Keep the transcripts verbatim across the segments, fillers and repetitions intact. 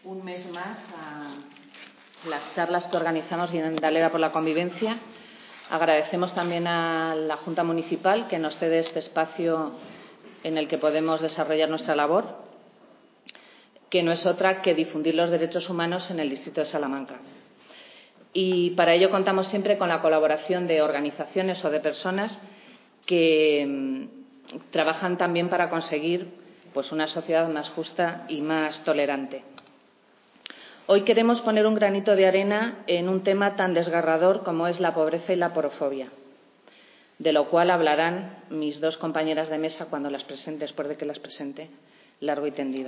un mes más a las charlas que organizamos en Guindalera por la Convivencia. Agradecemos también a la Junta Municipal que nos cede este espacio en el que podemos desarrollar nuestra labor, que no es otra que difundir los derechos humanos en el distrito de Salamanca. Y para ello contamos siempre con la colaboración de organizaciones o de personas que mmm, trabajan también para conseguir pues, una sociedad más justa y más tolerante. Hoy queremos poner un granito de arena en un tema tan desgarrador como es la pobreza y la porofobia, de lo cual hablarán mis dos compañeras de mesa cuando las presente, después de que las presente, largo y tendido.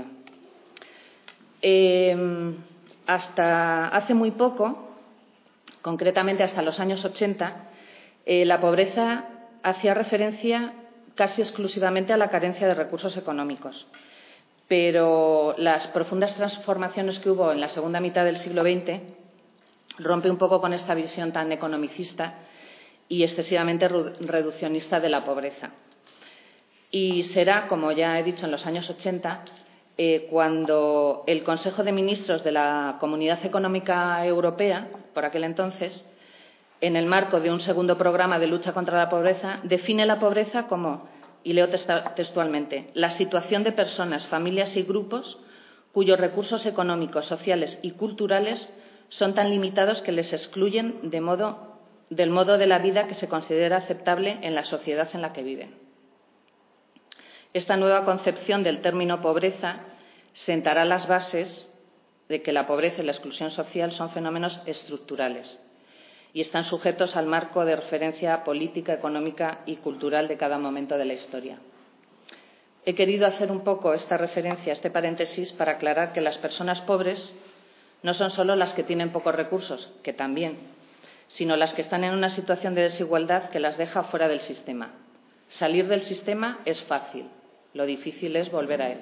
Eh, hasta hace muy poco, concretamente hasta los años ochenta, eh, la pobreza hacía referencia casi exclusivamente a la carencia de recursos económicos. Pero las profundas transformaciones que hubo en la segunda mitad del siglo veinte rompe un poco con esta visión tan economicista y excesivamente reduccionista de la pobreza. Y será, como ya he dicho, en los años ochenta, eh, cuando el Consejo de Ministros de la Comunidad Económica Europea, por aquel entonces, en el marco de un segundo programa de lucha contra la pobreza, define la pobreza como, y leo textualmente, la situación de personas, familias y grupos cuyos recursos económicos, sociales y culturales son tan limitados que les excluyen de modo, del modo de la vida que se considera aceptable en la sociedad en la que viven. Esta nueva concepción del término pobreza sentará las bases de que la pobreza y la exclusión social son fenómenos estructurales y están sujetos al marco de referencia política, económica y cultural de cada momento de la historia. He querido hacer un poco esta referencia, este paréntesis, para aclarar que las personas pobres no son solo las que tienen pocos recursos, que también, sino las que están en una situación de desigualdad que las deja fuera del sistema. Salir del sistema es fácil, lo difícil es volver a él.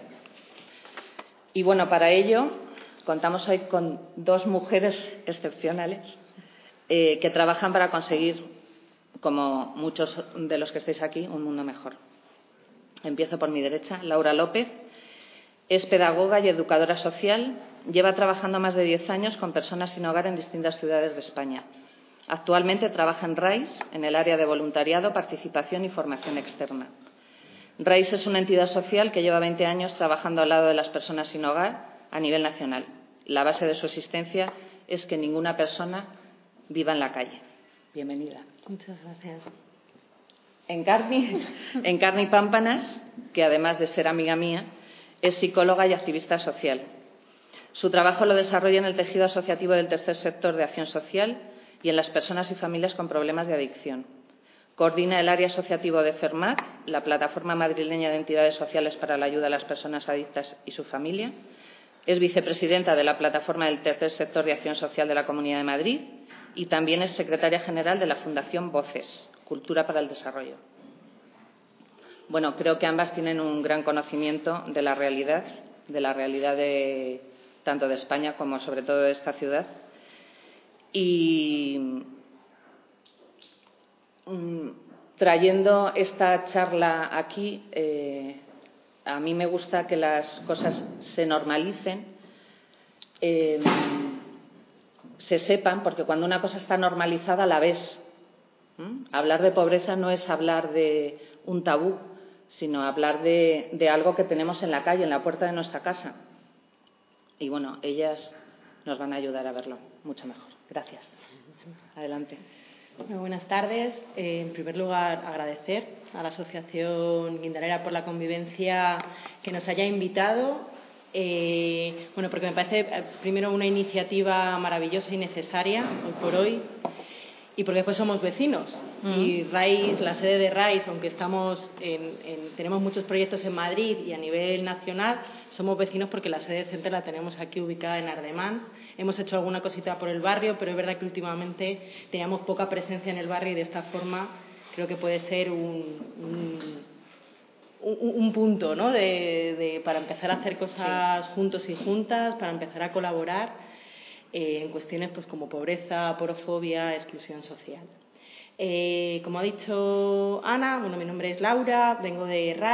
Y bueno, para ello contamos hoy con dos mujeres excepcionales Eh, que trabajan para conseguir, como muchos de los que estáis aquí, un mundo mejor. Empiezo por mi derecha. Laura López es pedagoga y educadora social. Lleva trabajando más de diez años con personas sin hogar en distintas ciudades de España. Actualmente trabaja en RAIS, en el área de voluntariado, participación y formación externa. RAIS es una entidad social que lleva veinte años trabajando al lado de las personas sin hogar a nivel nacional. La base de su existencia es que ninguna persona viva en la calle. Bienvenida. Muchas gracias. Encarni, Encarni Pámpanas, que además de ser amiga mía, es psicóloga y activista social. Su trabajo lo desarrolla en el tejido asociativo del tercer sector de acción social y en las personas y familias con problemas de adicción. Coordina el área asociativo de FERMAD, la plataforma madrileña de entidades sociales para la ayuda a las personas adictas y su familia. Es vicepresidenta de la plataforma del tercer sector de acción social de la Comunidad de Madrid y también es secretaria general de la Fundación Voces, Cultura para el Desarrollo. Bueno, creo que ambas tienen un gran conocimiento de la realidad, de la realidad de, tanto de España como sobre todo de esta ciudad. Y mmm, trayendo esta charla aquí, eh, a mí me gusta que las cosas se normalicen, eh, se sepan, porque cuando una cosa está normalizada la ves. ¿Mm? Hablar de pobreza no es hablar de un tabú, sino hablar de, de algo que tenemos en la calle, en la puerta de nuestra casa. Y bueno, ellas nos van a ayudar a verlo mucho mejor. Gracias. Adelante. Muy buenas tardes. Eh, en primer lugar, agradecer a la Asociación Guindalera por la Convivencia que nos haya invitado. Eh, bueno, porque me parece primero una iniciativa maravillosa y necesaria hoy por hoy y porque después somos vecinos. Mm. Y RAIS, la sede de RAIS, aunque estamos en, en, tenemos muchos proyectos en Madrid y a nivel nacional, somos vecinos porque la sede central la tenemos aquí ubicada en Ardemán. Hemos hecho alguna cosita por el barrio, pero es verdad que últimamente teníamos poca presencia en el barrio y de esta forma creo que puede ser un, un un punto, ¿no? de, de, para empezar a hacer cosas sí. juntos y juntas, para empezar a colaborar eh, en cuestiones pues, como pobreza, porofobia, exclusión social. Eh, como ha dicho Ana, bueno, mi nombre es Laura, vengo de RAIS,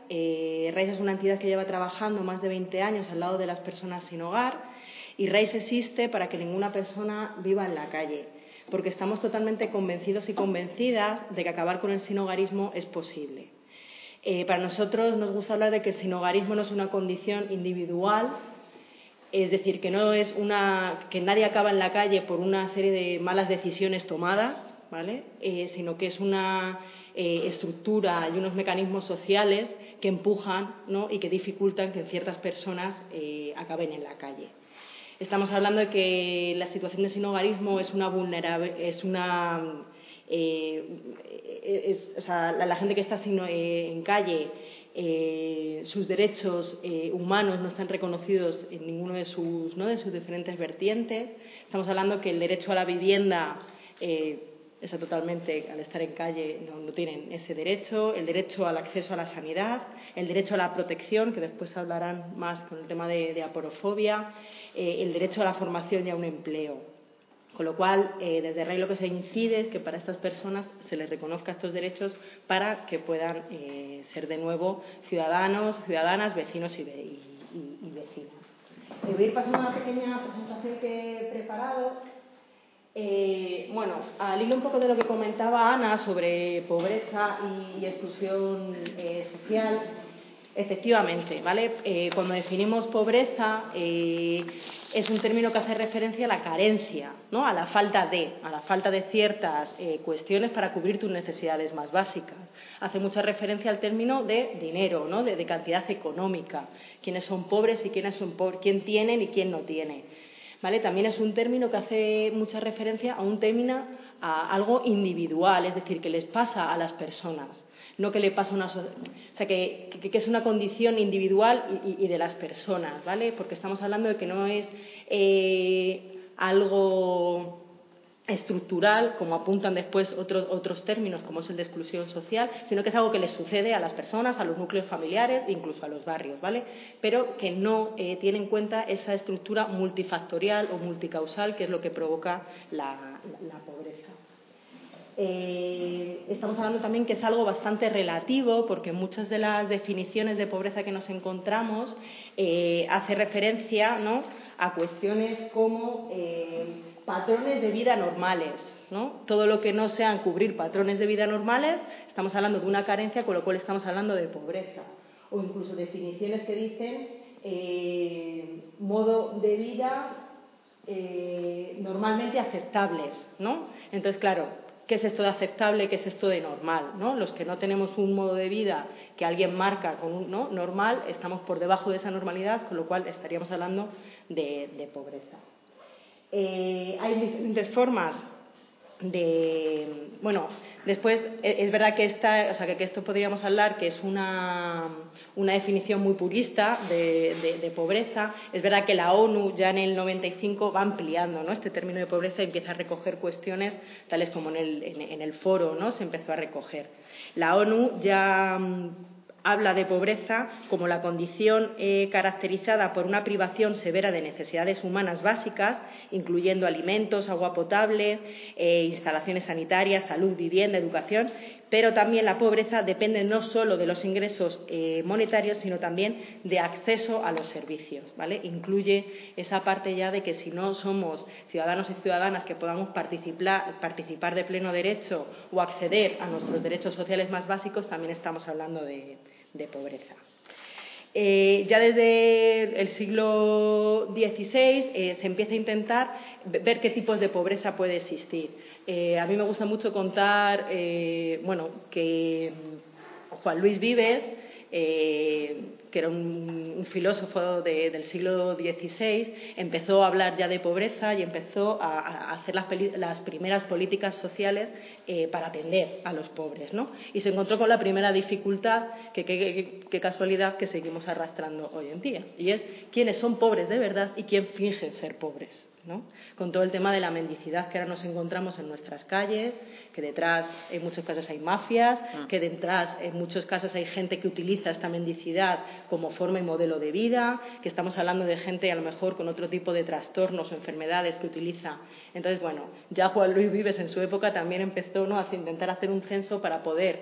Eh, RAIS es una entidad que lleva trabajando más de veinte años al lado de las personas sin hogar, y RAIS existe para que ninguna persona viva en la calle, porque estamos totalmente convencidos y convencidas de que acabar con el sinhogarismo es posible. Eh, para nosotros nos gusta hablar de que el sinhogarismo no es una condición individual, es decir, que no es una que nadie acaba en la calle por una serie de malas decisiones tomadas, ¿vale? Eh, sino que es una eh, estructura y unos mecanismos sociales que empujan, ¿no?, y que dificultan que ciertas personas eh, acaben en la calle. Estamos hablando de que la situación de sinhogarismo es una vulnerable, es una eh, es, o sea, la, la gente que está sin, eh, en calle, eh, sus derechos eh, humanos no están reconocidos en ninguno de sus, ¿no?, de sus diferentes vertientes. Estamos hablando que el derecho a la vivienda eh, está totalmente, al estar en calle, no, no tienen ese derecho, el derecho al acceso a la sanidad, el derecho a la protección, que después hablarán más con el tema de, de aporofobia, eh, el derecho a la formación y a un empleo. Con lo cual, eh, desde RAIS lo que se incide es que para estas personas se les reconozca estos derechos para que puedan eh, ser de nuevo ciudadanos, ciudadanas, vecinos y, y, y, y vecinas. Eh, voy a ir pasando una pequeña presentación que he preparado. Eh, bueno, al hilo un poco de lo que comentaba Ana sobre pobreza y, y exclusión eh, social, efectivamente, ¿vale? Eh, cuando definimos pobreza eh, es un término que hace referencia a la carencia, ¿no?, a la falta de, a la falta de ciertas eh, cuestiones para cubrir tus necesidades más básicas. Hace mucha referencia al término de dinero, ¿no?, de, de cantidad económica, quiénes son pobres y quiénes son pobres, quién tienen y quién no tiene. ¿Vale? También es un término que hace mucha referencia a un término, a algo individual, es decir, que les pasa a las personas, no que le pasa a una sociedad, o sea, que, que, que es una condición individual y, y, y de las personas, ¿vale? Porque estamos hablando de que no es eh, algo estructural, como apuntan después otros, otros términos, como es el de exclusión social, sino que es algo que les sucede a las personas, a los núcleos familiares e incluso a los barrios, ¿vale? Pero que no eh, tiene en cuenta esa estructura multifactorial o multicausal, que es lo que provoca la, la, la pobreza. Eh, estamos hablando también que es algo bastante relativo, porque muchas de las definiciones de pobreza que nos encontramos eh, hace referencia, ¿no?, a cuestiones como eh, patrones de vida normales, ¿no? Todo lo que no sean cubrir patrones de vida normales, estamos hablando de una carencia, con lo cual estamos hablando de pobreza. O incluso definiciones que dicen eh, modo de vida eh, normalmente aceptables, ¿no? Entonces, claro, ¿qué es esto de aceptable? ¿Qué es esto de normal? ¿No? Los que no tenemos un modo de vida que alguien marca con un, ¿no?, normal, estamos por debajo de esa normalidad, con lo cual estaríamos hablando de, de pobreza. Eh, hay diferentes formas de, bueno, después es verdad que esta, o sea, que esto podríamos hablar que es una, una definición muy purista de, de, de pobreza. Es verdad que la ONU ya en el noventa y cinco va ampliando, ¿no?, este término de pobreza y empieza a recoger cuestiones tales como en el, en, en el foro, ¿no?, se empezó a recoger. La ONU ya habla de pobreza como la condición eh, caracterizada por una privación severa de necesidades humanas básicas, incluyendo alimentos, agua potable, eh, instalaciones sanitarias, salud, vivienda, educación, pero también la pobreza depende no solo de los ingresos eh, monetarios, sino también de acceso a los servicios, ¿vale? Incluye esa parte ya de que si no somos ciudadanos y ciudadanas que podamos participar, participar de pleno derecho o acceder a nuestros derechos sociales más básicos, también estamos hablando de, de pobreza. Eh, ya desde el siglo dieciséis eh, se empieza a intentar ver qué tipos de pobreza puede existir. Eh, a mí me gusta mucho contar, eh, bueno, que Juan Luis Vives, eh, que era un, un filósofo de, del siglo dieciséis, empezó a hablar ya de pobreza y empezó a, a hacer las, las primeras políticas sociales eh, para atender a los pobres, ¿no? Y se encontró con la primera dificultad, que qué casualidad que seguimos arrastrando hoy en día, y es quiénes son pobres de verdad y quién finge ser pobres, ¿no? Con todo el tema de la mendicidad que ahora nos encontramos en nuestras calles, que detrás en muchos casos hay mafias, que detrás en muchos casos hay gente que utiliza esta mendicidad como forma y modelo de vida, que estamos hablando de gente a lo mejor con otro tipo de trastornos o enfermedades que utiliza. Entonces, bueno, ya Juan Luis Vives en su época también empezó, ¿no?, a intentar hacer un censo para poder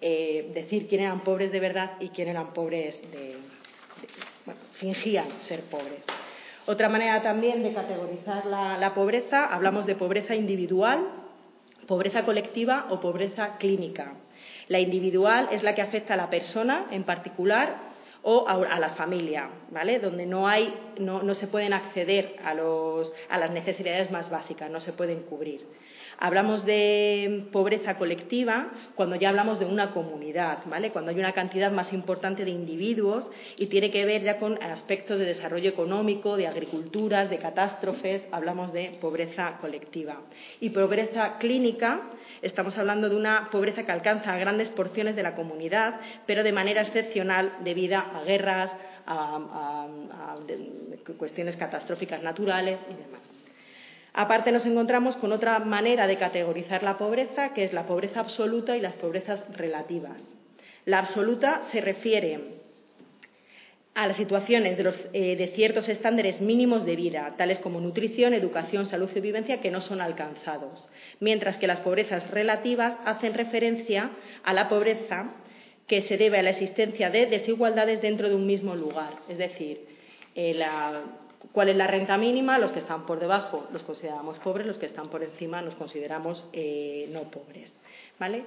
eh, decir quién eran pobres de verdad y quién eran pobres de, de bueno, fingían ser pobres. Otra manera también de categorizar la, la pobreza, hablamos de pobreza individual, pobreza colectiva o pobreza clínica. La individual es la que afecta a la persona en particular o a la familia, ¿vale? Donde no hay, no, no se pueden acceder a, los, a las necesidades más básicas, no se pueden cubrir. Hablamos de pobreza colectiva cuando ya hablamos de una comunidad, ¿vale? Cuando hay una cantidad más importante de individuos y tiene que ver ya con aspectos de desarrollo económico, de agriculturas, de catástrofes, hablamos de pobreza colectiva. Y pobreza clínica, estamos hablando de una pobreza que alcanza a grandes porciones de la comunidad, pero de manera excepcional debido a guerras, a, a, a de, cuestiones catastróficas naturales y demás. Aparte nos encontramos con otra manera de categorizar la pobreza, que es la pobreza absoluta y las pobrezas relativas. La absoluta se refiere a las situaciones de, los, eh, de ciertos estándares mínimos de vida, tales como nutrición, educación, salud y vivencia, que no son alcanzados, mientras que las pobrezas relativas hacen referencia a la pobreza que se debe a la existencia de desigualdades dentro de un mismo lugar, es decir, eh, la ¿cuál es la renta mínima? Los que están por debajo los consideramos pobres, los que están por encima nos consideramos eh, no pobres, ¿vale?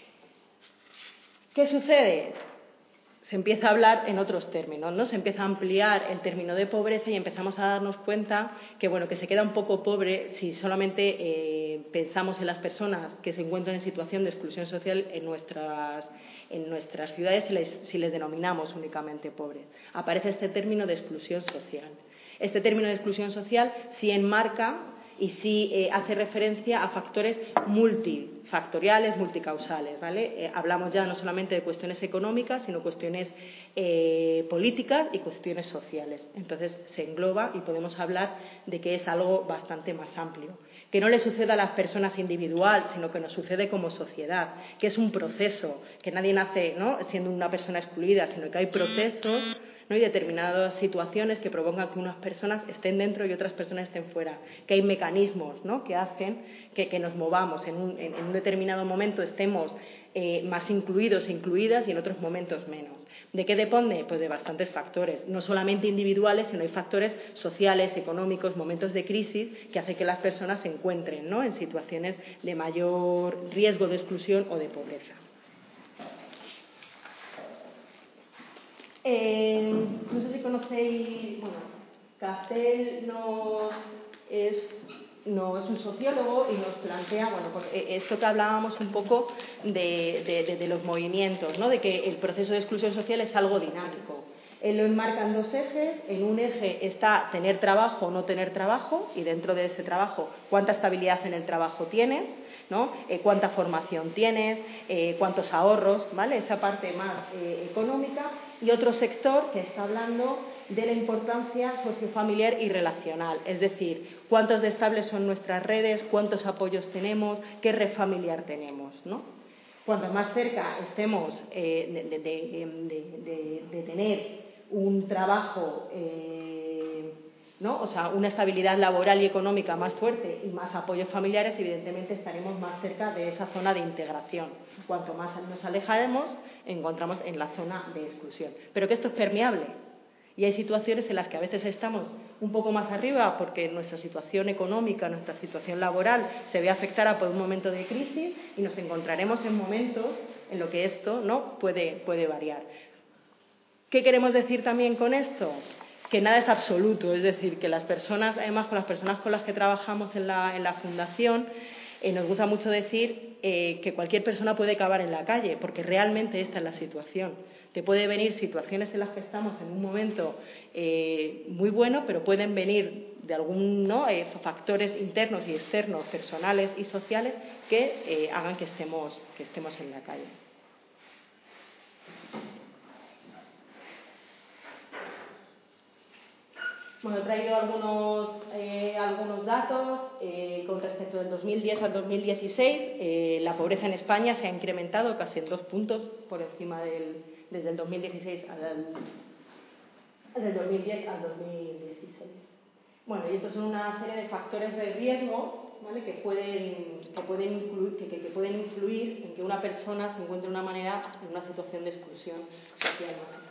¿Qué sucede? Se empieza a hablar en otros términos, ¿no? Se empieza a ampliar el término de pobreza y empezamos a darnos cuenta que, bueno, que se queda un poco pobre si solamente eh, pensamos en las personas que se encuentran en situación de exclusión social en nuestras, en nuestras ciudades si les, si les denominamos únicamente pobres. Aparece este término de exclusión social. Este término de exclusión social sí enmarca y sí eh, hace referencia a factores multifactoriales, multicausales, ¿vale? Eh, hablamos ya no solamente de cuestiones económicas, sino cuestiones eh, políticas y cuestiones sociales. Entonces se engloba y podemos hablar de que es algo bastante más amplio. Que no le suceda a las personas individual, sino que nos sucede como sociedad, que es un proceso, que nadie nace, ¿no?, siendo una persona excluida, sino que hay procesos, ¿no?, y determinadas situaciones que provocan que unas personas estén dentro y otras personas estén fuera, que hay mecanismos, ¿no?, que hacen que, que nos movamos, en un, en, en un determinado momento estemos eh, más incluidos e incluidas y en otros momentos menos. ¿De qué depende? Pues de bastantes factores, no solamente individuales, sino hay factores sociales, económicos, momentos de crisis que hacen que las personas se encuentren, ¿no?, en situaciones de mayor riesgo de exclusión o de pobreza. Eh, no sé si conocéis, bueno, Castel nos es, no, es un sociólogo y nos plantea, bueno, pues esto que hablábamos un poco de, de, de, de los movimientos, ¿no?, de que el proceso de exclusión social es algo dinámico. Él lo enmarca en dos ejes. En un eje está tener trabajo o no tener trabajo, y dentro de ese trabajo, cuánta estabilidad en el trabajo tienes, ¿no?, eh, cuánta formación tienes, eh, cuántos ahorros, ¿vale?, esa parte más eh, económica. Y otro sector que está hablando de la importancia sociofamiliar y relacional, es decir, cuántos de estables son nuestras redes, cuántos apoyos tenemos, qué red familiar tenemos, ¿no? Cuanto más cerca estemos eh, de, de, de, de, de tener un trabajo, eh, ¿no?, o sea, una estabilidad laboral y económica más fuerte y más apoyos familiares, evidentemente estaremos más cerca de esa zona de integración. Cuanto más nos alejaremos, encontramos en la zona de exclusión. Pero que esto es permeable. Y hay situaciones en las que a veces estamos un poco más arriba porque nuestra situación económica, nuestra situación laboral se ve afectada por un momento de crisis, y nos encontraremos en momentos en los que esto, ¿no?, puede, puede variar. ¿Qué queremos decir también con esto? Que nada es absoluto, es decir, que las personas, además con las personas con las que trabajamos en la, en la Fundación, eh, nos gusta mucho decir eh, que cualquier persona puede acabar en la calle, porque realmente esta es la situación. Te puede venir situaciones en las que estamos en un momento eh, muy bueno, pero pueden venir de algún, ¿no?, eh, factores internos y externos, personales y sociales, que eh, hagan que estemos, que estemos en la calle. Bueno, he traído algunos, eh, algunos datos eh, con respecto del dos mil diez al dos mil dieciséis. Eh, la pobreza en España se ha incrementado casi en dos puntos por encima del, desde el dos mil dieciséis al, del dos mil diez al dos mil dieciséis. Bueno, y estos son una serie de factores de riesgo ¿vale?, que pueden, que, pueden incluir, que, que, que pueden influir en que una persona se encuentre de una manera en una situación de exclusión social.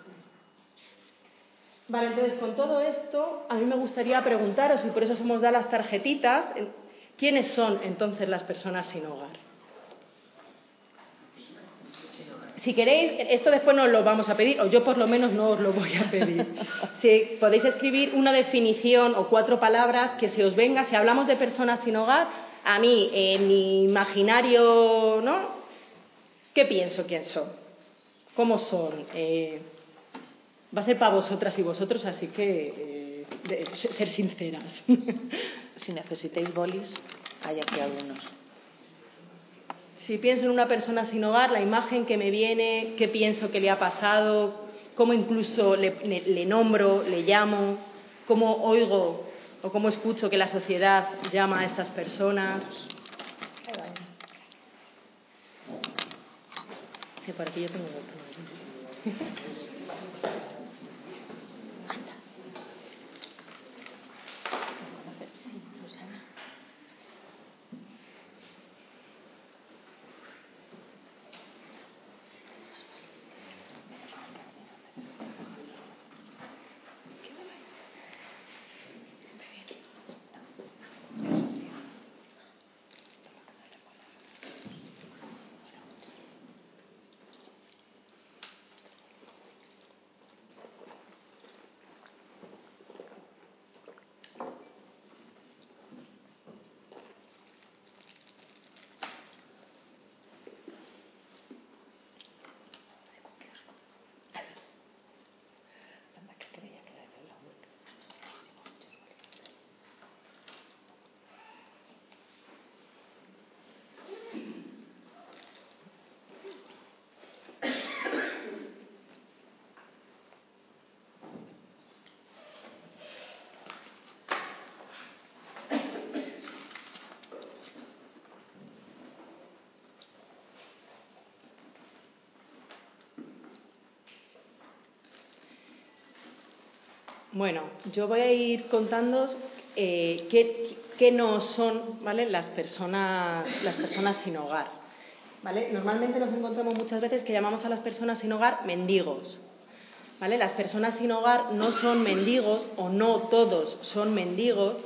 Vale, entonces con todo esto a mí me gustaría preguntaros, y por eso os hemos dado las tarjetitas, ¿quiénes son entonces las personas sin hogar? Si queréis, esto después no os lo vamos a pedir, o yo por lo menos no os lo voy a pedir. Si podéis escribir una definición o cuatro palabras que se os venga. Si hablamos de personas sin hogar, a mí, en mi imaginario, ¿no?, ¿qué pienso quién son? ¿Cómo son? Eh, va a ser para vosotras y vosotros, así que eh, de, ser sinceras. Si necesitáis bolis, hay aquí algunos. Si pienso en una persona sin hogar, la imagen que me viene, qué pienso que le ha pasado, cómo incluso le, le, le nombro, le llamo, cómo oigo o cómo escucho que la sociedad llama a estas personas. Sí, por aquí yo tengo otro. Bueno, yo voy a ir contándoos eh, qué, qué no son, ¿vale?, las personas, las personas sin hogar. ¿Vale? Normalmente nos encontramos muchas veces que llamamos a las personas sin hogar mendigos. ¿Vale? Las personas sin hogar no son mendigos, o no todos son mendigos,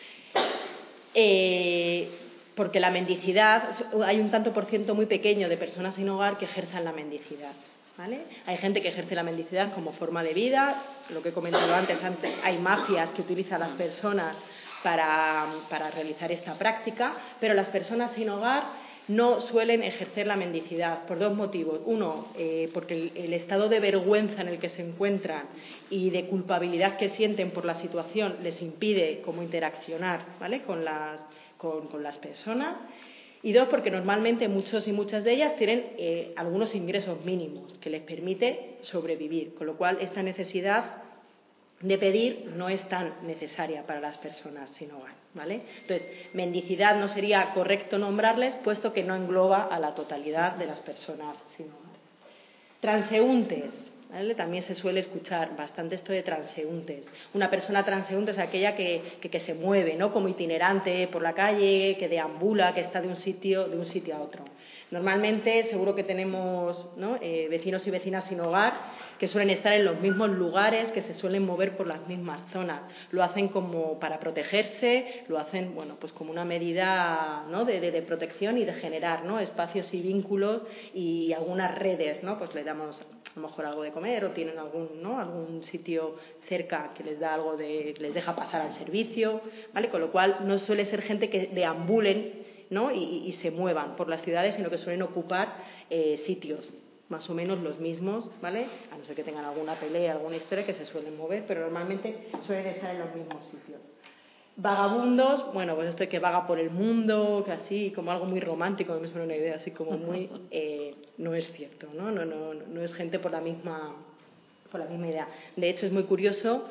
eh, porque la mendicidad, hay un tanto por ciento muy pequeño de personas sin hogar que ejerzan la mendicidad. ¿Vale? Hay gente que ejerce la mendicidad como forma de vida, lo que he comentado antes, antes hay mafias que utilizan a las personas para, para realizar esta práctica, pero las personas sin hogar no suelen ejercer la mendicidad por dos motivos. Uno, eh, porque el, el estado de vergüenza en el que se encuentran y de culpabilidad que sienten por la situación les impide como interaccionar, ¿vale?, con las, con, con las personas. Y dos, porque normalmente muchos y muchas de ellas tienen eh, algunos ingresos mínimos que les permite sobrevivir, con lo cual esta necesidad de pedir no es tan necesaria para las personas sin hogar, ¿vale? Entonces, mendicidad no sería correcto nombrarles, puesto que no engloba a la totalidad de las personas sin hogar. Transeúntes, ¿vale? También se suele escuchar bastante esto de transeúntes. Una persona transeúnte es aquella que, que, que se mueve, ¿no?, como itinerante por la calle, que deambula, que está de un sitio, de un sitio a otro. Normalmente, seguro que tenemos, ¿no?, eh, vecinos y vecinas sin hogar que suelen estar en los mismos lugares, que se suelen mover por las mismas zonas. Lo hacen como para protegerse, lo hacen, bueno, pues como una medida, ¿no?, de, de, de protección y de generar, ¿no?, espacios y vínculos y algunas redes, ¿no? Pues les damos a lo mejor algo de comer o tienen algún, ¿no?, algún sitio cerca que les da algo de, les deja pasar al servicio, ¿vale? Con lo cual no suele ser gente que deambulen, ¿no?, y, y se muevan por las ciudades, sino que suelen ocupar eh, sitios más o menos los mismos, ¿vale? A no ser que tengan alguna pelea, alguna historia, que se suelen mover, pero normalmente suelen estar en los mismos sitios. Vagabundos, bueno, pues esto de que vaga por el mundo, que así, como algo muy romántico, me suena una idea así como muy... Eh, no es cierto, ¿no? No, no, no es gente por la misma, por la misma idea. De hecho, es muy curioso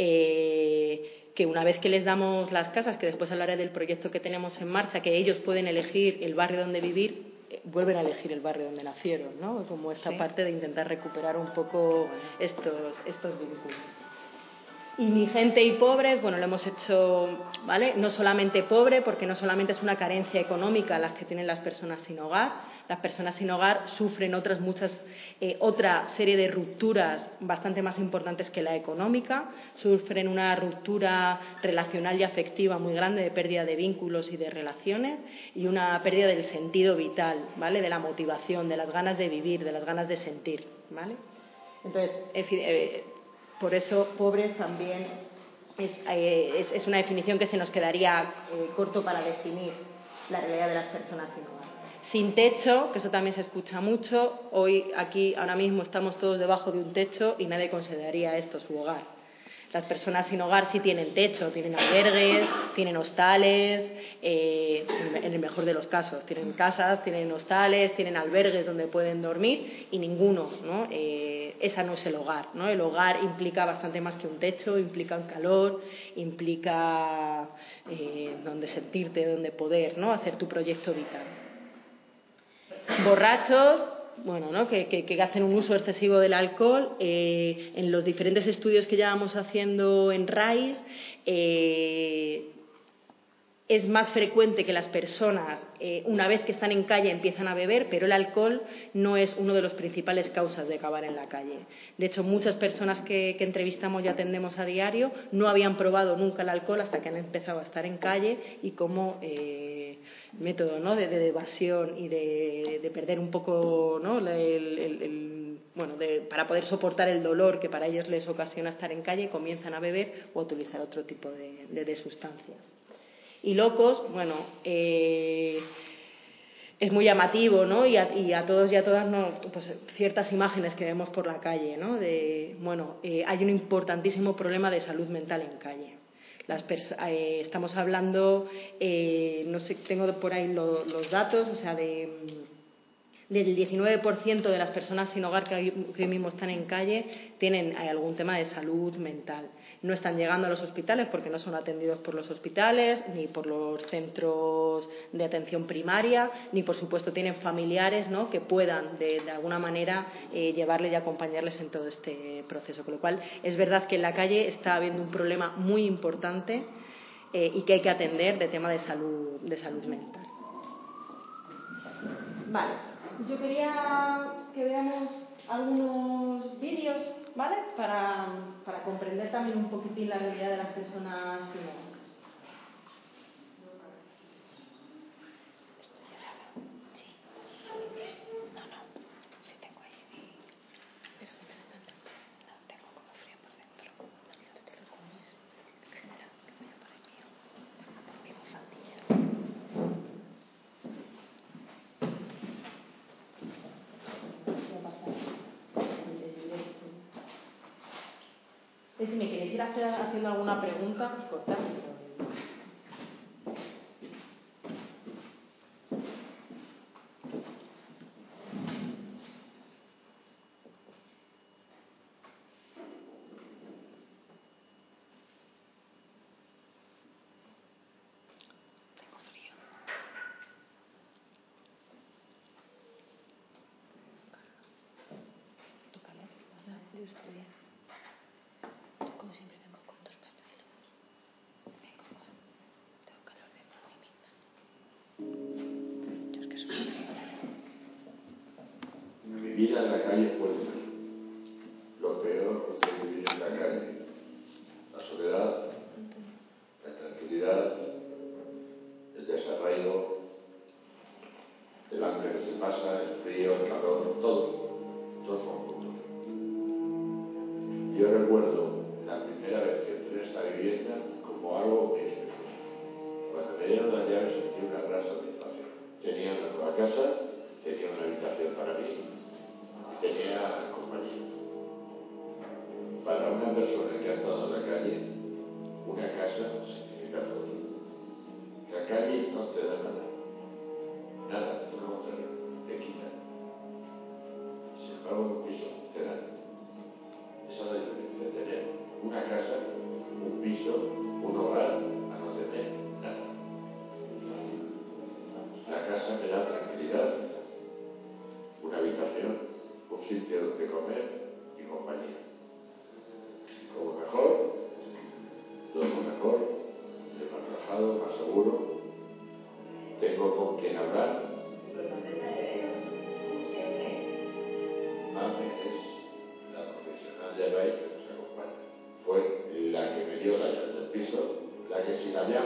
eh, que una vez que les damos las casas, que después hablaré del proyecto que tenemos en marcha, que ellos pueden elegir el barrio donde vivir, vuelven a elegir el barrio donde nacieron, ¿no? Como esta sí. parte de intentar recuperar un poco estos, estos vínculos. Indigente y pobres, bueno, lo hemos hecho, ¿vale? No solamente pobre, porque no solamente es una carencia económica las que tienen las personas sin hogar. Las personas sin hogar sufren otras muchas, eh, otra serie de rupturas bastante más importantes que la económica. Sufren una ruptura relacional y afectiva muy grande de pérdida de vínculos y de relaciones y una pérdida del sentido vital, ¿vale? De la motivación, de las ganas de vivir, de las ganas de sentir, ¿vale? Entonces, eh, por eso, pobres también es, eh, es, es una definición que se nos quedaría eh, corto para definir la realidad de las personas sin hogar. Sin techo, que eso también se escucha mucho, hoy aquí ahora mismo estamos todos debajo de un techo y nadie consideraría esto su hogar. Las personas sin hogar sí tienen techo, tienen albergues, tienen hostales, eh, en el mejor de los casos, tienen casas, tienen hostales, tienen albergues donde pueden dormir y ninguno, ¿no? Eh, esa no es el hogar, ¿no? El hogar implica bastante más que un techo, implica un calor, implica eh, donde sentirte, donde poder, ¿no? Hacer tu proyecto vital. Borrachos, bueno, ¿no? que, que, que hacen un uso excesivo del alcohol. Eh, en los diferentes estudios que llevamos haciendo en RAIS, eh, es más frecuente que las personas, eh, una vez que están en calle, empiezan a beber, pero el alcohol no es una de las principales causas de acabar en la calle. De hecho, muchas personas que, que entrevistamos y atendemos a diario no habían probado nunca el alcohol hasta que han empezado a estar en calle y como eh, método, ¿no? de, de evasión y de, de perder un poco, ¿no? el, el, el, bueno, de, para poder soportar el dolor que para ellos les ocasiona estar en calle, comienzan a beber o a utilizar otro tipo de, de, de sustancias. Y locos, bueno, eh, es muy llamativo, ¿no? Y a, y a todos y a todas, ¿no? Pues ciertas imágenes que vemos por la calle, ¿no? De, bueno, eh, hay un importantísimo problema de salud mental en calle. Las eh, estamos hablando, eh, no sé, tengo por ahí lo, los datos, o sea, de, del diecinueve por ciento de las personas sin hogar que hoy, que hoy mismo están en calle tienen algún tema de salud mental. No están llegando a los hospitales porque no son atendidos por los hospitales, ni por los centros de atención primaria, ni por supuesto tienen familiares, ¿no? que puedan de, de alguna manera eh, llevarles y acompañarles en todo este proceso. Con lo cual es verdad que en la calle está habiendo un problema muy importante eh, y que hay que atender de tema de salud, de salud mental. Vale, yo quería que veamos algunos vídeos, ¿vale? Para, para comprender también un poquitín la realidad de las personas sin hogar. Si me queréis ir haciendo alguna pregunta, pues cortadme. Como siempre vengo con dos pastilleros. Vengo con... Tengo calor de por mí misma. Yo es que soy una... Mi vida en la calle fue dura. Lo peor de vivir en la calle. La soledad, la tranquilidad, el desarraigo, el hambre que se pasa, el frío, el calor, todo. Todo conjunto. Yo recuerdo la primera vez que entré en esta vivienda como algo muy especial. Cuando me dieron las llaves sentí una gran satisfacción. Tenía una nueva casa, tenía una habitación para mí, tenía compañía. Para una persona que ha estado en la calle, una casa significa todo. La calle no te da nada. Nada, por lo contrario, te quita.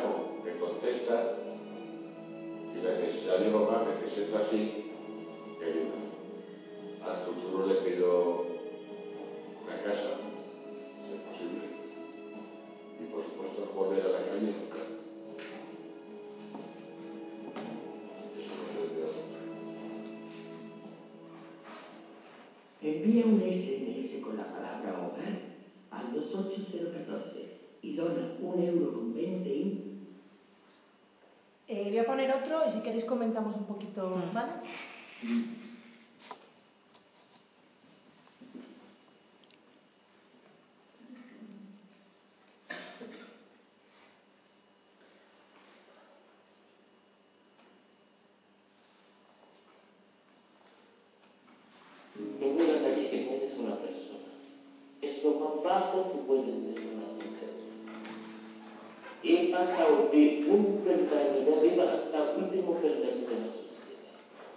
llamo me contesta y la que ya digo más me presenta así me ayuda. Al futuro le pido una casa, si es posible, y por supuesto no volver a la calle nunca. Eso no se olvida nunca. Envía un ese eme ese con la palabra hogar al dos ocho cero uno cuatro y dona un euro con veinte y... Eh, voy a poner otro y si queréis comentamos un poquito, ¿vale? En una calle que no eres una persona. Es lo más bajo que puede ser una mujer. He pasado de un peldaño de arriba hasta el último peldaño de la sociedad.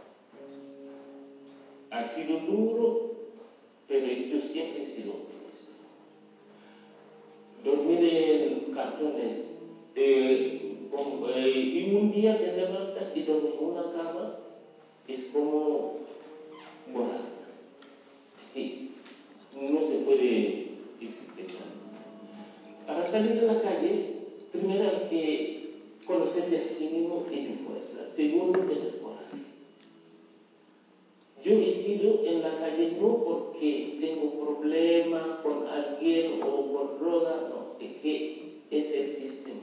Ha sido duro, pero yo siempre he sido optimista. Dormir en cartones, eh, con, eh, y un día te levantas y dormir en una cama es como morar. Sí, no se puede explicar. Para salir de la calle, primero hay que conocerse a sí mismo y tu fuerza. Segundo, tener coraje. Yo he sido en la calle no porque tengo problema con alguien o por droga, no, es que es el sistema.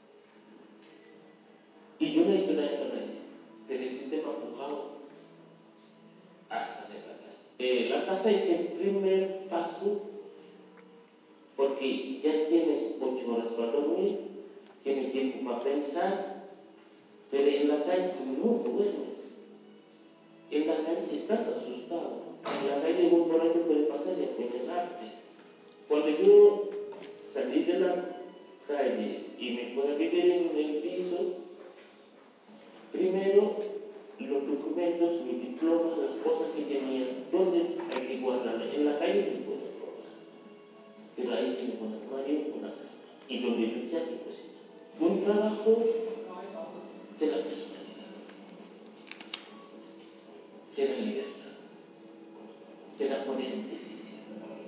Y yo no he hecho daño a nadie, pero el sistema ha empujado hasta de la calle. Eh, la casa es el primer paso porque ya tienes ocho horas para dormir, tienes tiempo para pensar, pero en la calle no duermes. En la calle estás asustado. En la calle un borracho puede pasar y apuñalarte. Cuando yo salí de la calle y me fui a vivir en el piso, primero los documentos, mis diplomas, las cosas que tenía, ¿dónde hay que guardarlas? En la calle no puedo robar. Pero ahí sí me pone un armario, una cama. Y donde yo ya tengo eso. Un trabajo de la personalidad, de la libertad, de la poder decidir.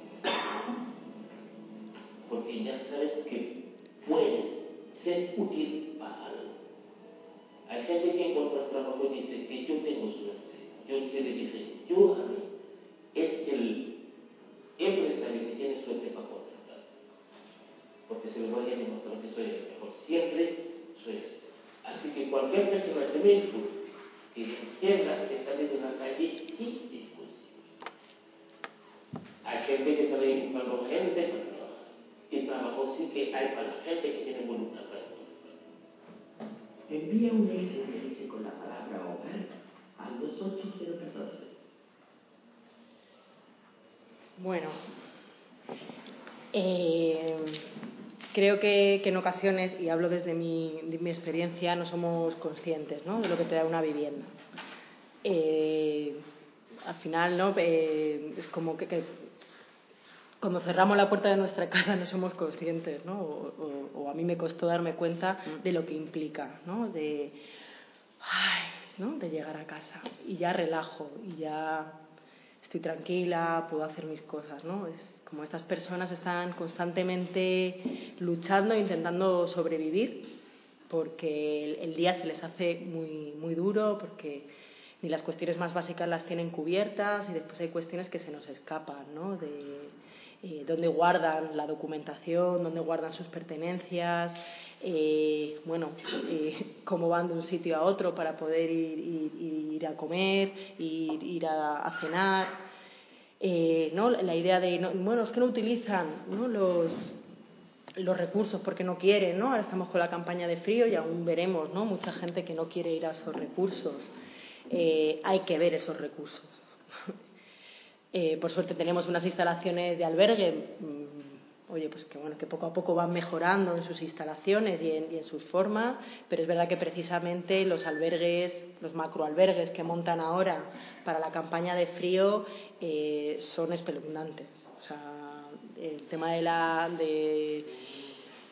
Porque ya sabes que puedes ser útil para algo. Hay gente que encuentra trabajo y dice que yo tengo suerte. Yo se le dije, yo a mí es el empresario que tiene suerte para contratar. Porque se lo voy a demostrar que soy el mejor. Siempre soy así. Así que cualquier persona que me escuche, que entienda que salir de la calle sí es posible. Hay gente que está ahí buscando gente para trabajar. Y trabajo sí que hay para la gente que tiene voluntad para esto. Envía un ese eme ese con la palabra hogar al dos ocho cero uno cuatro. Bueno, eh, creo que, que en ocasiones, y hablo desde mi, de mi experiencia, no somos conscientes, ¿no?, de lo que te da una vivienda. Eh, al final, ¿no?, eh, es como que, que cuando cerramos la puerta de nuestra casa no somos conscientes, ¿no? O, o, o a mí me costó darme cuenta de lo que implica, ¿no? De, ay, ¿no?, de llegar a casa y ya relajo y ya estoy tranquila, puedo hacer mis cosas, ¿no? Es como estas personas están constantemente luchando e intentando sobrevivir porque el, el día se les hace muy, muy duro, porque ni las cuestiones más básicas las tienen cubiertas y después hay cuestiones que se nos escapan, ¿no? De eh, dónde guardan la documentación, dónde guardan sus pertenencias, eh, bueno, eh, cómo van de un sitio a otro para poder ir, ir, ir a comer, ir, ir a, a cenar, eh, ¿no? La idea de, no, bueno, es que no utilizan, ¿no?, los los recursos porque no quieren, ¿no? Ahora estamos con la campaña de frío y aún veremos, ¿no?, mucha gente que no quiere ir a esos recursos. Eh, hay que ver esos recursos. eh, por suerte tenemos unas instalaciones de albergue, mmm, oye, pues que bueno, que poco a poco van mejorando en sus instalaciones y en, y en sus formas, pero es verdad que precisamente los albergues, los macroalbergues que montan ahora para la campaña de frío eh, son espeluznantes. O sea, el tema de la de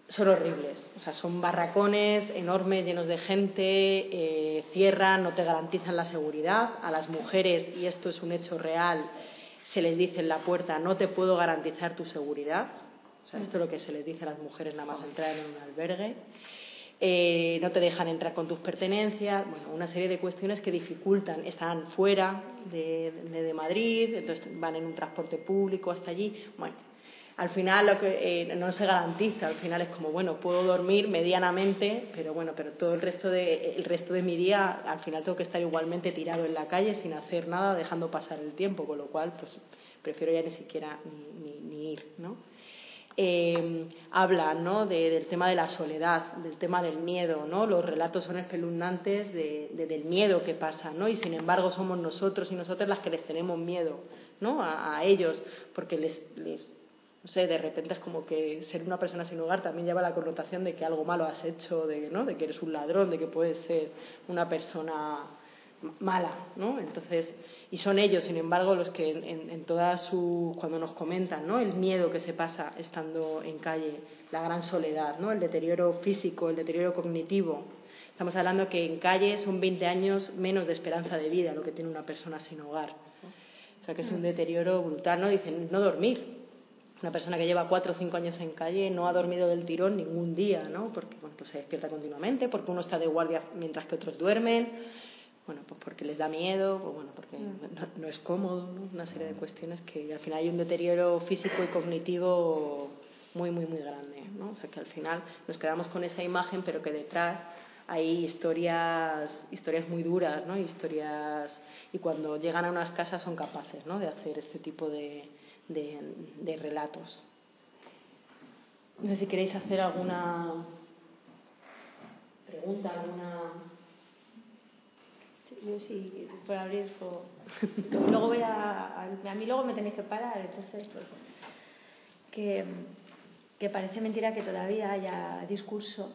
son horribles. O sea, son barracones enormes, llenos de gente, eh, cierran, no te garantizan la seguridad. A las mujeres, y esto es un hecho real, se les dice en la puerta, no te puedo garantizar tu seguridad. O sea, esto es lo que se les dice a las mujeres nada más entrar en un albergue. Eh, no te dejan entrar con tus pertenencias, bueno, una serie de cuestiones que dificultan. Están fuera de, de, de Madrid, entonces van en un transporte público hasta allí. Bueno, al final lo que eh, no se garantiza, al final es como, bueno, puedo dormir medianamente, pero bueno, pero todo el resto de el resto de mi día al final tengo que estar igualmente tirado en la calle sin hacer nada, dejando pasar el tiempo, con lo cual pues prefiero ya ni siquiera ni, ni, ni ir, ¿no? Eh, habla, ¿no?, de, del tema de la soledad, del tema del miedo, ¿no? Los relatos son espeluznantes de, de, del miedo que pasa, ¿no? Y sin embargo somos nosotros y nosotras las que les tenemos miedo, ¿no?, a, a ellos, porque les, les, no sé, de repente es como que ser una persona sin hogar también lleva la connotación de que algo malo has hecho, de, ¿no?, de que eres un ladrón, de que puedes ser una persona mala, ¿no? Entonces, y son ellos, sin embargo, los que en, en toda su, cuando nos comentan, ¿no?, el miedo que se pasa estando en calle, la gran soledad, ¿no?, el deterioro físico, el deterioro cognitivo. Estamos hablando que en calle son veinte años menos de esperanza de vida lo que tiene una persona sin hogar. O sea que es un deterioro brutal, ¿no? Dicen no dormir. Una persona que lleva cuatro o cinco años en calle no ha dormido del tirón ningún día, ¿no? Porque bueno, pues se despierta continuamente, porque uno está de guardia mientras que otros duermen. Bueno, pues porque les da miedo, pues bueno, porque no, no es cómodo, ¿no? Una serie de cuestiones que al final hay un deterioro físico y cognitivo muy, muy, muy grande, ¿no? O sea que al final nos quedamos con esa imagen, pero que detrás hay historias, historias muy duras, ¿no? Historias, y cuando llegan a unas casas son capaces, ¿no?, de hacer este tipo de, de, de relatos. No sé si queréis hacer alguna pregunta, alguna... Yo sí, por abrir fuego. Luego voy a, a... A mí luego me tenéis que parar, entonces... Pues, que, que parece mentira que todavía haya discurso,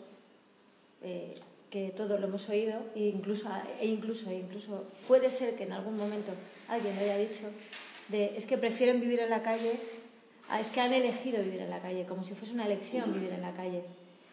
eh, que todos lo hemos oído, e incluso, e incluso, e incluso puede ser que en algún momento alguien lo haya dicho, de es que prefieren vivir en la calle, a, es que han elegido vivir en la calle, como si fuese una elección vivir en la calle.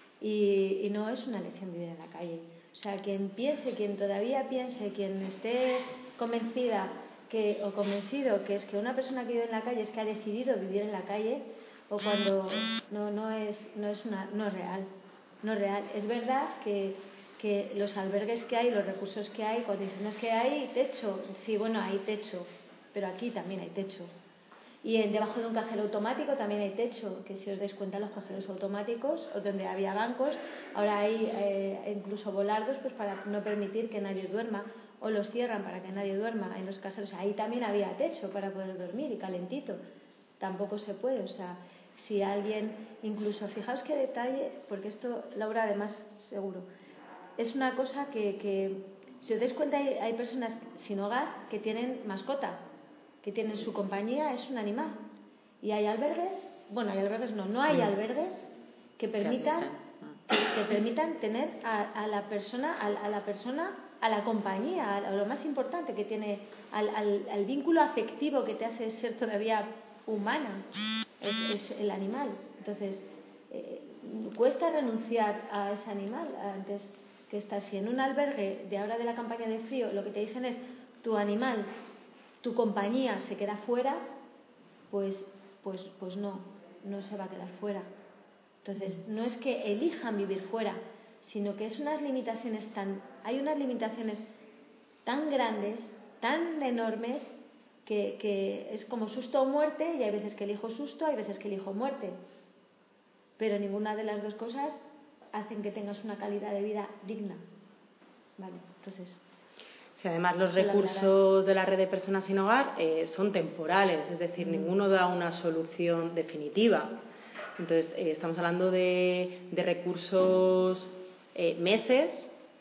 Y, y no es una elección vivir en la calle. O sea, quien piense, quien todavía piense, quien esté convencida que, o convencido que es que una persona que vive en la calle es que ha decidido vivir en la calle, o cuando no, no, es, no, es, una, no es real. No es real. Es verdad que, que los albergues que hay, los recursos que hay, cuando dicen es que hay techo, sí, bueno, hay techo, pero aquí también hay techo. Y en, debajo de un cajero automático también hay techo, que si os dais cuenta los cajeros automáticos, o donde había bancos, ahora hay eh, incluso volardos pues para no permitir que nadie duerma, o los cierran para que nadie duerma en los cajeros. Ahí también había techo para poder dormir y calentito. Tampoco se puede, o sea, si alguien, incluso, fijaos qué detalle, porque esto, Laura, además, seguro, es una cosa que, que si os dais cuenta, hay, hay personas sin hogar que tienen mascota, que tienen su compañía, es un animal. Y hay albergues, bueno, hay albergues no, no hay albergues que permitan, que permitan tener a, a la persona, a, a la persona, a la compañía, a lo más importante que tiene, al, al, al vínculo afectivo que te hace ser todavía humana, es, es el animal. Entonces, eh, cuesta renunciar a ese animal antes que estar. Si en un albergue de ahora de la campaña de frío lo que te dicen es tu animal, tu compañía se queda fuera, pues, pues, pues no, no se va a quedar fuera. Entonces, no es que elijan vivir fuera, sino que es unas limitaciones tan, hay unas limitaciones tan grandes, tan enormes, que, que es como susto o muerte, y hay veces que elijo susto, hay veces que elijo muerte. Pero ninguna de las dos cosas hacen que tengas una calidad de vida digna. Vale, entonces... Si además los recursos de la red de personas sin hogar eh, son temporales, es decir, mm. ninguno da una solución definitiva. Entonces, eh, estamos hablando de, de recursos eh, meses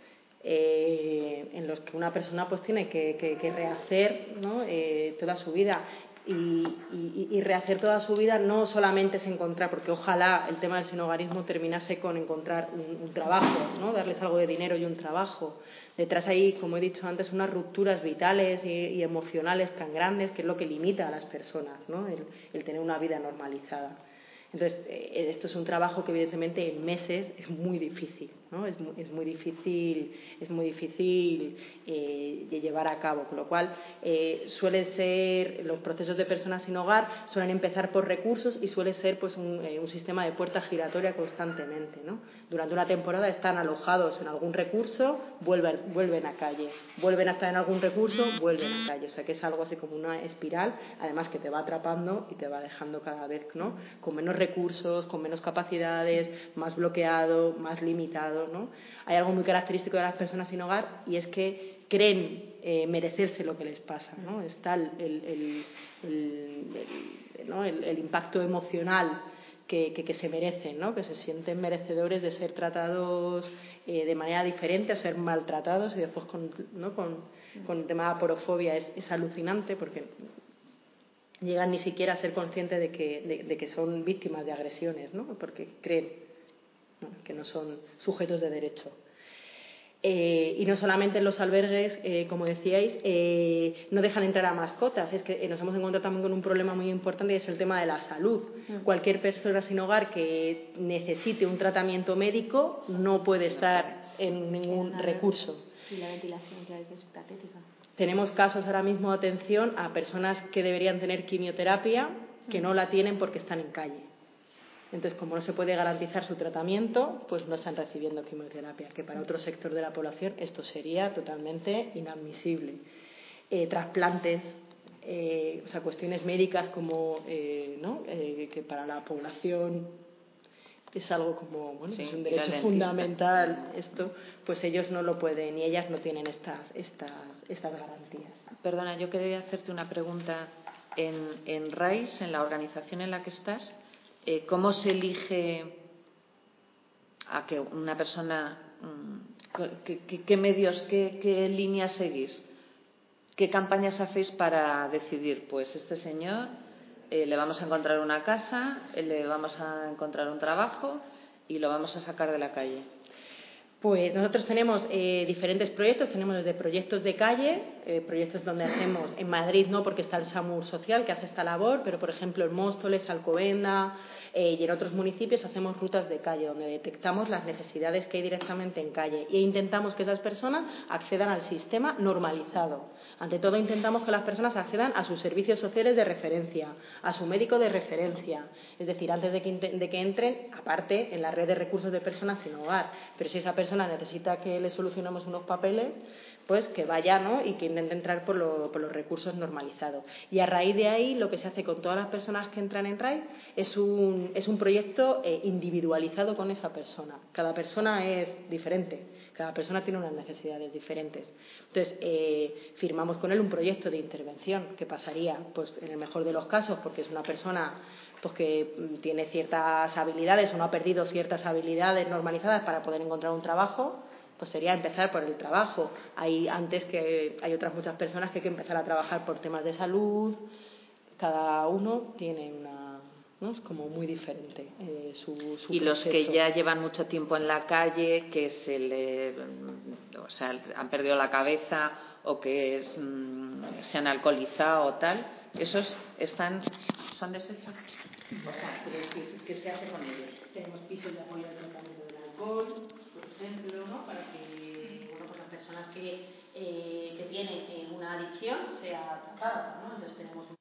eh, en los que una persona pues tiene que, que, que rehacer, ¿no?, eh, toda su vida. Y, y, y rehacer toda su vida no solamente es encontrar, porque ojalá el tema del sinhogarismo terminase con encontrar un, un trabajo, ¿no?, darles algo de dinero y un trabajo. Detrás hay, como he dicho antes, unas rupturas vitales y, y emocionales tan grandes que es lo que limita a las personas, ¿no?, el, el tener una vida normalizada. Entonces, eh, esto es un trabajo que evidentemente en meses es muy difícil, ¿no? Es muy, es muy difícil, es muy difícil eh, de llevar a cabo, con lo cual eh, suele ser, los procesos de personas sin hogar suelen empezar por recursos y suele ser pues un, eh, un sistema de puerta giratoria constantemente, ¿no? Durante una temporada están alojados en algún recurso, vuelven, vuelven a calle, vuelven a estar en algún recurso, vuelven a calle, o sea que es algo así como una espiral, además que te va atrapando y te va dejando cada vez, ¿no?, con menos recursos, con menos capacidades, más bloqueado, más limitado, ¿no? Hay algo muy característico de las personas sin hogar y es que creen eh, merecerse lo que les pasa, ¿no? Está el, el, el, el, el, ¿no? el, el impacto emocional que, que, que se merecen, ¿no? Que se sienten merecedores de ser tratados eh, de manera diferente, a ser maltratados, y después con, ¿no? con, con el tema de aporofobia es, es alucinante porque llegan ni siquiera a ser conscientes de que, de, de que son víctimas de agresiones, ¿no? Porque creen, ¿no?, que no son sujetos de derecho. Eh, y no solamente en los albergues, eh, como decíais, eh, no dejan entrar a mascotas. Es que eh, nos hemos encontrado también con un problema muy importante, y es el tema de la salud. Mm. Cualquier persona sin hogar que necesite un tratamiento médico no puede estar en ningún en recurso. Y la ventilación, que a veces es patética. Tenemos casos ahora mismo de atención a personas que deberían tener quimioterapia, que no la tienen porque están en calle. Entonces, como no se puede garantizar su tratamiento, pues no están recibiendo quimioterapia, que para otro sector de la población esto sería totalmente inadmisible. Eh, trasplantes, eh, o sea, cuestiones médicas como, eh, ¿no?, eh, que para la población es algo como, bueno, sí, es un derecho fundamental, esto, pues ellos no lo pueden y ellas no tienen estas, estas, estas garantías. Perdona, yo quería hacerte una pregunta. En, en RAIS, en la organización en la que estás, eh, ¿cómo se elige a que una persona, qué, qué, qué medios, qué, qué líneas seguís? ¿Qué campañas hacéis para decidir, pues este señor eh, le vamos a encontrar una casa, eh, le vamos a encontrar un trabajo y lo vamos a sacar de la calle? Pues nosotros tenemos eh, diferentes proyectos, tenemos desde proyectos de calle, eh, proyectos donde hacemos, en Madrid no porque está el SAMUR Social que hace esta labor, pero por ejemplo en Móstoles, Alcobendas eh, y en otros municipios hacemos rutas de calle donde detectamos las necesidades que hay directamente en calle e intentamos que esas personas accedan al sistema normalizado. Ante todo intentamos que las personas accedan a sus servicios sociales de referencia, a su médico de referencia, es decir, antes de que, de que entren, aparte, en la red de recursos de personas sin hogar. Pero si esa persona necesita que le solucionemos unos papeles, pues que vaya, ¿no?, y que intente entrar por, lo, por los recursos normalizados. Y a raíz de ahí, lo que se hace con todas las personas que entran en RAIS es un, es un proyecto eh, individualizado con esa persona. Cada persona es diferente. Cada persona tiene unas necesidades diferentes. Entonces, eh, firmamos con él un proyecto de intervención que pasaría, pues en el mejor de los casos, porque es una persona pues, que tiene ciertas habilidades o no ha perdido ciertas habilidades normalizadas para poder encontrar un trabajo, pues sería empezar por el trabajo. Hay antes que hay otras muchas personas que hay que empezar a trabajar por temas de salud. Cada uno tiene una... ¿no? Es como muy diferente eh, su, su y proceso. Los que ya llevan mucho tiempo en la calle, que se le, o sea, han perdido la cabeza o que es, mm, se han alcoholizado o tal, esos están son desechos. O sea, ¿qué, ¿qué se hace con ellos? Tenemos pisos de apoyo al tratamiento del alcohol, por ejemplo, ¿no?, para que, bueno, pues las personas que, eh, que tienen eh, una adicción sea tratada, ¿no? Entonces tenemos